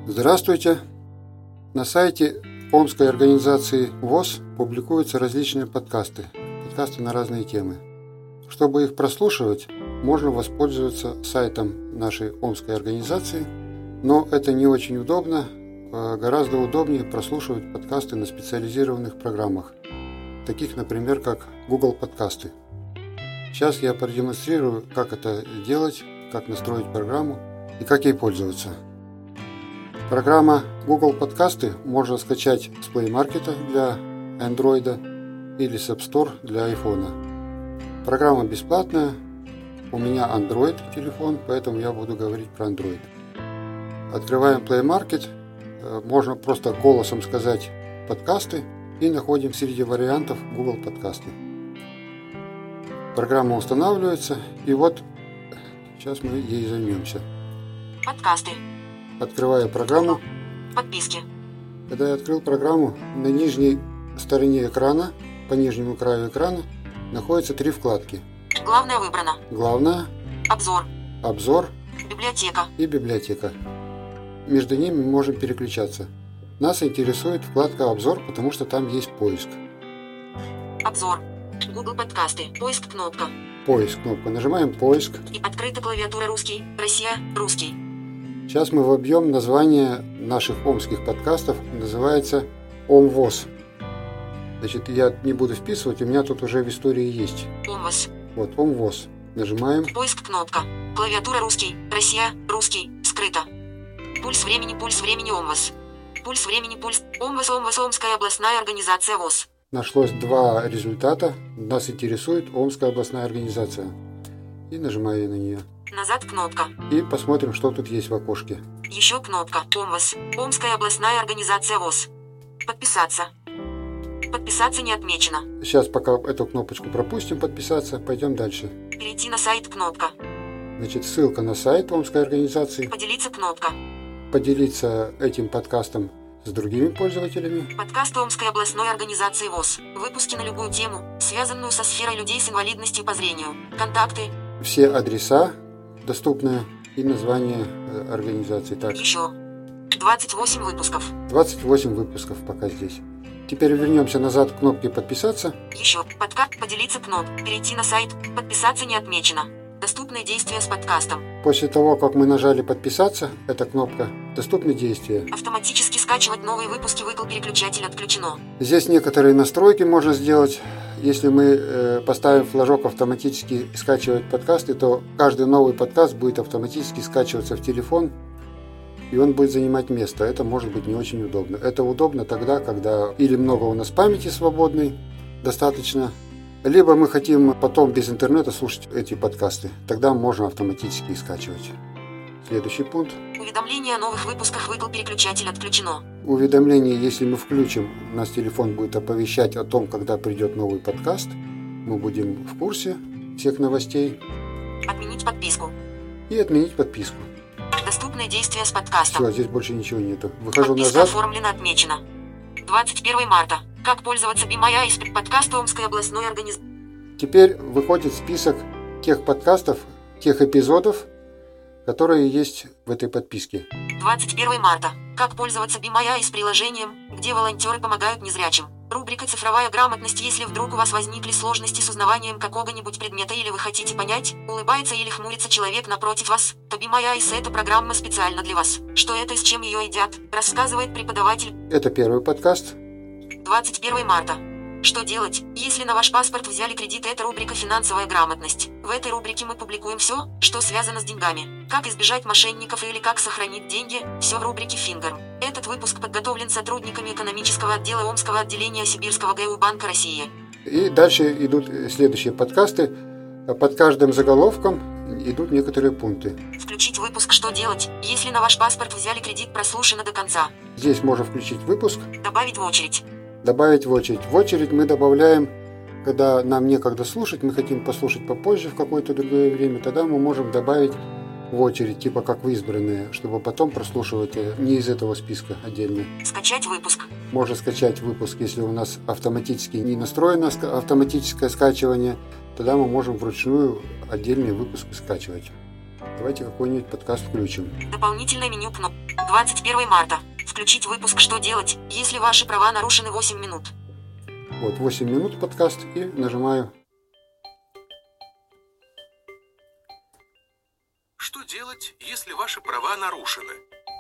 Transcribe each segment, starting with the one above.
Здравствуйте! На сайте Омской организации ВОС публикуются различные подкасты на разные темы. Чтобы их прослушивать, можно воспользоваться сайтом нашей Омской организации, но это не очень удобно. Гораздо удобнее прослушивать подкасты на специализированных программах, таких, например, как Google подкасты. Сейчас я продемонстрирую, как это делать, как настроить программу и как ей пользоваться. Программа Google подкасты можно скачать с Play Market для Android или с App Store для iPhone. Программа бесплатная, у меня Android телефон, поэтому я буду говорить про Android. Открываем Play Market, можно просто голосом сказать подкасты и находим среди вариантов Google подкасты. Программа устанавливается, и вот сейчас мы ей займемся. Подкасты. Открываю программу. Подписки. Когда я открыл программу, на нижней стороне экрана, по нижнему краю экрана, находятся три вкладки. Главное выбрано. Главное, Обзор. Библиотека и библиотека. Между ними мы можем переключаться. Нас интересует вкладка Обзор, потому что там есть поиск. Обзор. Google подкасты. Поиск кнопка. Поиск кнопка. Нажимаем поиск. И открыта клавиатура русский. Россия. Русский. Сейчас мы вобьем название наших омских подкастов. Называется ОМВОС. Значит, я не буду вписывать, у меня тут уже в истории есть. ОМВОС. Вот, ОМВОС. Нажимаем. Поиск кнопка. Клавиатура русский. Россия. Русский. Скрыто. Пульс времени ОМВОС. Пульс времени ОМВОС. Омская областная организация ВОС. Нашлось два результата. Нас интересует Омская областная организация. И нажимаю на нее. Назад кнопка. И посмотрим, что тут есть в окошке. Еще кнопка. ОМВОС. Омская областная организация ВОС. Подписаться. Подписаться не отмечено. Сейчас пока эту кнопочку пропустим, подписаться, пойдем дальше. Перейти на сайт кнопка. Значит, ссылка на сайт Омской организации. Поделиться кнопка. Поделиться этим подкастом с другими пользователями. Подкаст Омской областной организации ВОС. Выпуски на любую тему, связанную со сферой людей с инвалидностью по зрению. Контакты. Все адреса доступны и название организации. Так. Еще 28 выпусков. 28 выпусков пока здесь. Теперь вернемся назад к кнопке «Подписаться». Еще подкаст «Поделиться» кнопка. Перейти на сайт. Подписаться не отмечено. Доступные действия с подкастом. После того, как мы нажали «Подписаться», эта кнопка «Доступны действия». Автоматически скачивать новые выпуски выкл-переключатель отключено. Здесь некоторые настройки можно сделать. Если мы поставим флажок «Автоматически скачивать подкасты», то каждый новый подкаст будет автоматически скачиваться в телефон, и он будет занимать место. Это может быть не очень удобно. Это удобно тогда, когда или много у нас памяти свободной, достаточно, либо мы хотим потом без интернета слушать эти подкасты. Тогда можно автоматически скачивать. Следующий пункт. Уведомление о новых выпусках выкл-переключатель отключено. Уведомление, если мы включим, нас телефон будет оповещать о том, когда придет новый подкаст. Мы будем в курсе всех новостей. Отменить подписку. И отменить подписку. Доступные действия с подкастом. Все, здесь больше ничего нету. Выхожу Подписка назад. оформлена, отмечено. 21 марта. Как пользоваться BeMaya из подкаста Омской областной организации. Теперь выходит список тех подкастов, тех эпизодов, которые есть в этой подписке. 21 марта. Как пользоваться BeMaya с приложением, где волонтеры помогают незрячим. Рубрика «Цифровая грамотность». Если вдруг у вас возникли сложности с узнаванием какого-нибудь предмета или вы хотите понять, улыбается или хмурится человек напротив вас, то BeMaya это программа специально для вас. Что это и с чем ее едят, рассказывает преподаватель. Это первый подкаст. 21 марта. Что делать, если на ваш паспорт взяли кредит? Это рубрика «Финансовая грамотность». В этой рубрике мы публикуем все, что связано с деньгами. Как избежать мошенников или как сохранить деньги, все в рубрике «Фингер». Этот выпуск подготовлен сотрудниками экономического отдела Омского отделения Сибирского ГУ Банка России. И дальше идут следующие подкасты. Под каждым заголовком идут некоторые пункты. Включить выпуск «Что делать, если на ваш паспорт взяли кредит» прослушано до конца. Здесь можно включить выпуск. Добавить в очередь. Добавить в очередь. В очередь мы добавляем, когда нам некогда слушать, мы хотим послушать попозже в какое-то другое время, тогда мы можем добавить в очередь, типа как в избранные, чтобы потом прослушивать не из этого списка отдельно. Скачать выпуск. Можно скачать выпуск, если у нас автоматически не настроено автоматическое скачивание, тогда мы можем вручную отдельные выпуски скачивать. Давайте какой-нибудь подкаст включим. Дополнительное меню кнопка. 21 марта. Включить выпуск «Что делать, если ваши права нарушены» 8 минут. Вот 8 минут подкаст и нажимаю. Что делать, если ваши права нарушены?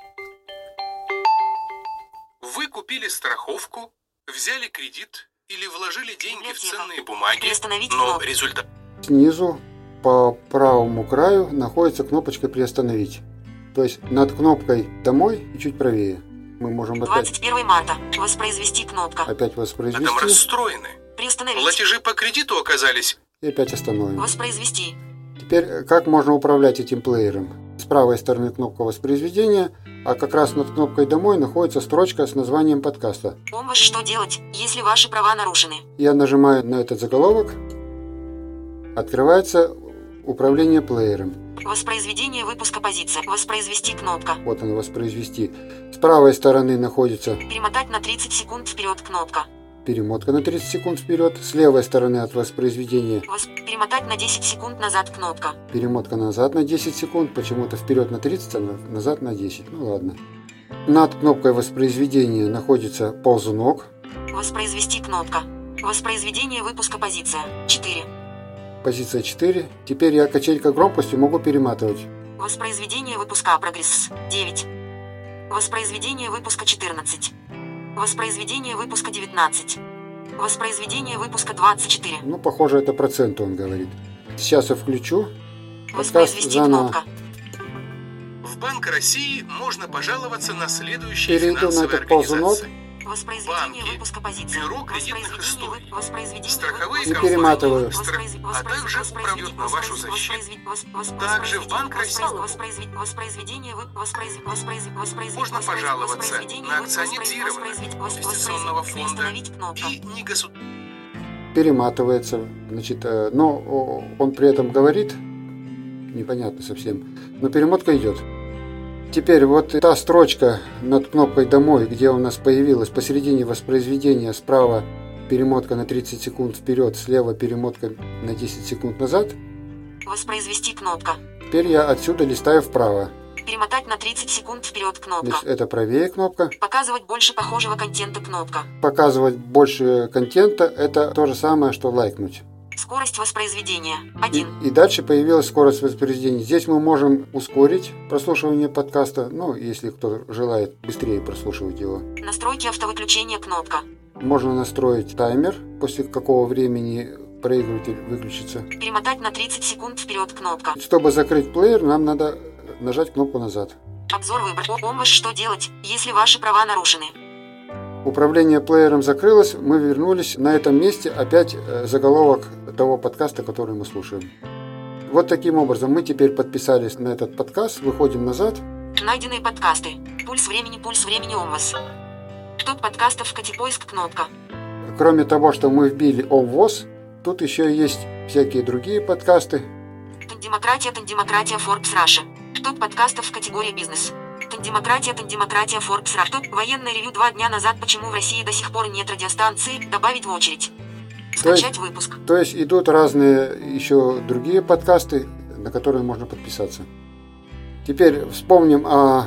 Вы купили страховку, взяли кредит или вложили деньги в ценные бумаги, Приостановить но кнопку. результат... Снизу по правому краю находится кнопочка «Приостановить». То есть над кнопкой «Домой» и чуть правее. Мы можем опять 21 марта. Воспроизвести кнопка. А там воспроизвести расстроены. Приостановить. Платежи по кредиту оказались... и опять остановим. Воспроизвести. Теперь как можно управлять этим плеером? С правой стороны кнопка воспроизведения, а как раз над кнопкой «Домой» находится строчка с названием подкаста. Помощь «Что делать, если ваши права нарушены». Я нажимаю на этот заголовок. Открывается управление плеером. Воспроизведение выпуска позиция. Воспроизвести кнопка. Вот оно, воспроизвести. С правой стороны находится Перемотать на 30 секунд вперед кнопка. перемотка на 30 секунд вперед. С левой стороны от воспроизведения Перемотать на 10 секунд назад кнопка. перемотка назад на 10 секунд. Почему-то вперед на 30, а назад на 10. Ну ладно. Над кнопкой воспроизведения находится ползунок. Воспроизвести кнопка. Воспроизведение выпуска позиция. 4. Позиция 4. Теперь я качелькой громкостью могу перематывать. Воспроизведение выпуска прогресс. 9. Воспроизведение выпуска 14. Воспроизведение выпуска 19. Воспроизведение выпуска 24. Ну, похоже, это процент он говорит. Сейчас я включу. Подкаст Воспроизвести заново. кнопка. В Банк России можно пожаловаться на следующие Перейду на финансовые этот ползунок. организации. Воспроизведение Банки, выпуска позиции. бюро кредитных историй, Воспроизведение страховые И компании, перематываю. а также управляют на вашу защиту. Также в Банк России можно пожаловаться на акционизированного инвестиционного фонда и негосударственного. Перематывается. Значит, но он при этом говорит, непонятно совсем, но перемотка идет. Теперь вот та строчка над кнопкой «Домой», где у нас появилась посередине воспроизведения, справа перемотка на 30 секунд вперед, слева перемотка на 10 секунд назад. Воспроизвести кнопка. Теперь я отсюда листаю вправо. Перемотать на 30 секунд вперед кнопка. Значит, это правее кнопка. Показывать больше похожего контента кнопка. Показывать больше контента – это то же самое, что лайкнуть. Скорость воспроизведения. 1. И дальше появилась скорость воспроизведения. Здесь мы можем ускорить прослушивание подкаста, ну, если кто желает быстрее прослушивать его. Настройки автовыключения кнопка. Можно настроить таймер, после какого времени проигрыватель выключится. Перемотать на 30 секунд вперед кнопка. Чтобы закрыть плеер, нам надо нажать кнопку «Назад». Обзор выбор. Помощь «Что делать, если ваши права нарушены». Управление плеером закрылось, мы вернулись. На этом месте опять заголовок того подкаста, который мы слушаем. Вот таким образом мы теперь подписались на этот подкаст, выходим назад. Найденные подкасты. Пульс времени ОМВОС. Топ подкастов в категории кнопка. Кроме того, что мы вбили ОМВОС, тут еще есть всякие другие подкасты. Тандемократия Forbes Russia. Топ подкастов в категории бизнес. Тандемократия Forbes Russia. Топ военное ревью 2 дня назад. Почему в России до сих пор нет радиостанции? Добавить в очередь. Скачать выпуск. То есть идут разные еще другие подкасты, на которые можно подписаться. Теперь вспомним о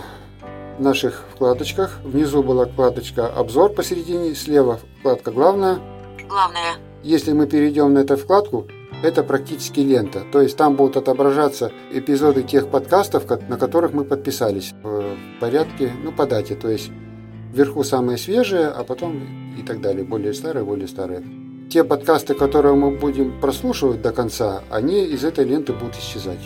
наших вкладочках. Внизу была вкладочка «Обзор» посередине, слева вкладка «Главное». Главное. Если мы перейдем на эту вкладку, это практически лента. То есть там будут отображаться эпизоды тех подкастов, на которых мы подписались в порядке, по дате. То есть вверху самые свежие, а потом и так далее, более старые. Те подкасты, которые мы будем прослушивать до конца, они из этой ленты будут исчезать.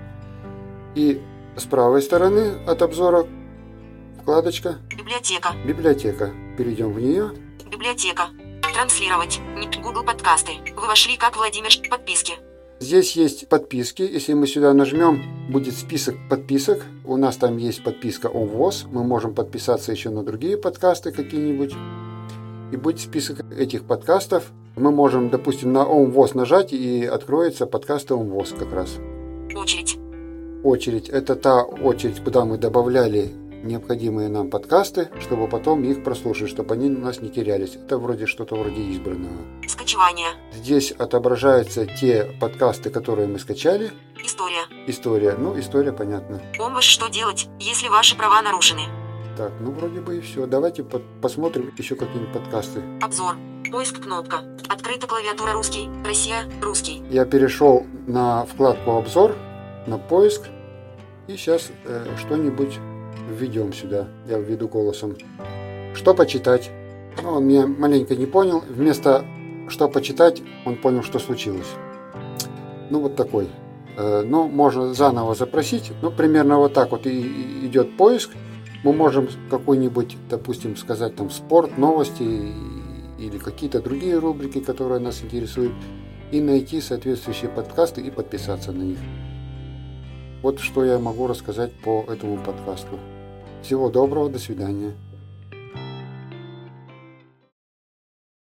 И с правой стороны от обзора вкладочка «Библиотека». Перейдем в нее. Библиотека. Транслировать. Google подкасты. Вы вошли как Владимир. Подписки. Здесь есть подписки. Если мы сюда нажмем, будет список подписок. У нас там есть подписка ОМВОС. Мы можем подписаться еще на другие подкасты какие-нибудь. И будет список этих подкастов. Мы можем, допустим, на ОМВОС нажать, и откроется подкасты ОМВОС как раз. Очередь. Очередь. Это та очередь, куда мы добавляли необходимые нам подкасты, чтобы потом их прослушать, чтобы они у нас не терялись. Это вроде что-то вроде избранного. Скачивание. Здесь отображаются те подкасты, которые мы скачали. История. История. Ну, история понятно. Помощь, что делать, если ваши права нарушены. Так, ну вроде бы и все. Давайте посмотрим еще какие-нибудь подкасты. Обзор. Поиск кнопка. Открыта клавиатура русский. Россия. Русский. Я перешел на вкладку «Обзор», на поиск. И сейчас что-нибудь введем сюда. Я введу голосом. Что почитать? Ну, он меня маленько не понял. Вместо «что почитать» он понял, что случилось. Ну, вот такой. Ну, можно заново запросить. Ну, примерно вот так вот и идет поиск. Мы можем какой-нибудь, допустим, сказать там спорт, новости или какие-то другие рубрики, которые нас интересуют, и найти соответствующие подкасты и подписаться на них. Вот что я могу рассказать по этому подкасту. Всего доброго, до свидания.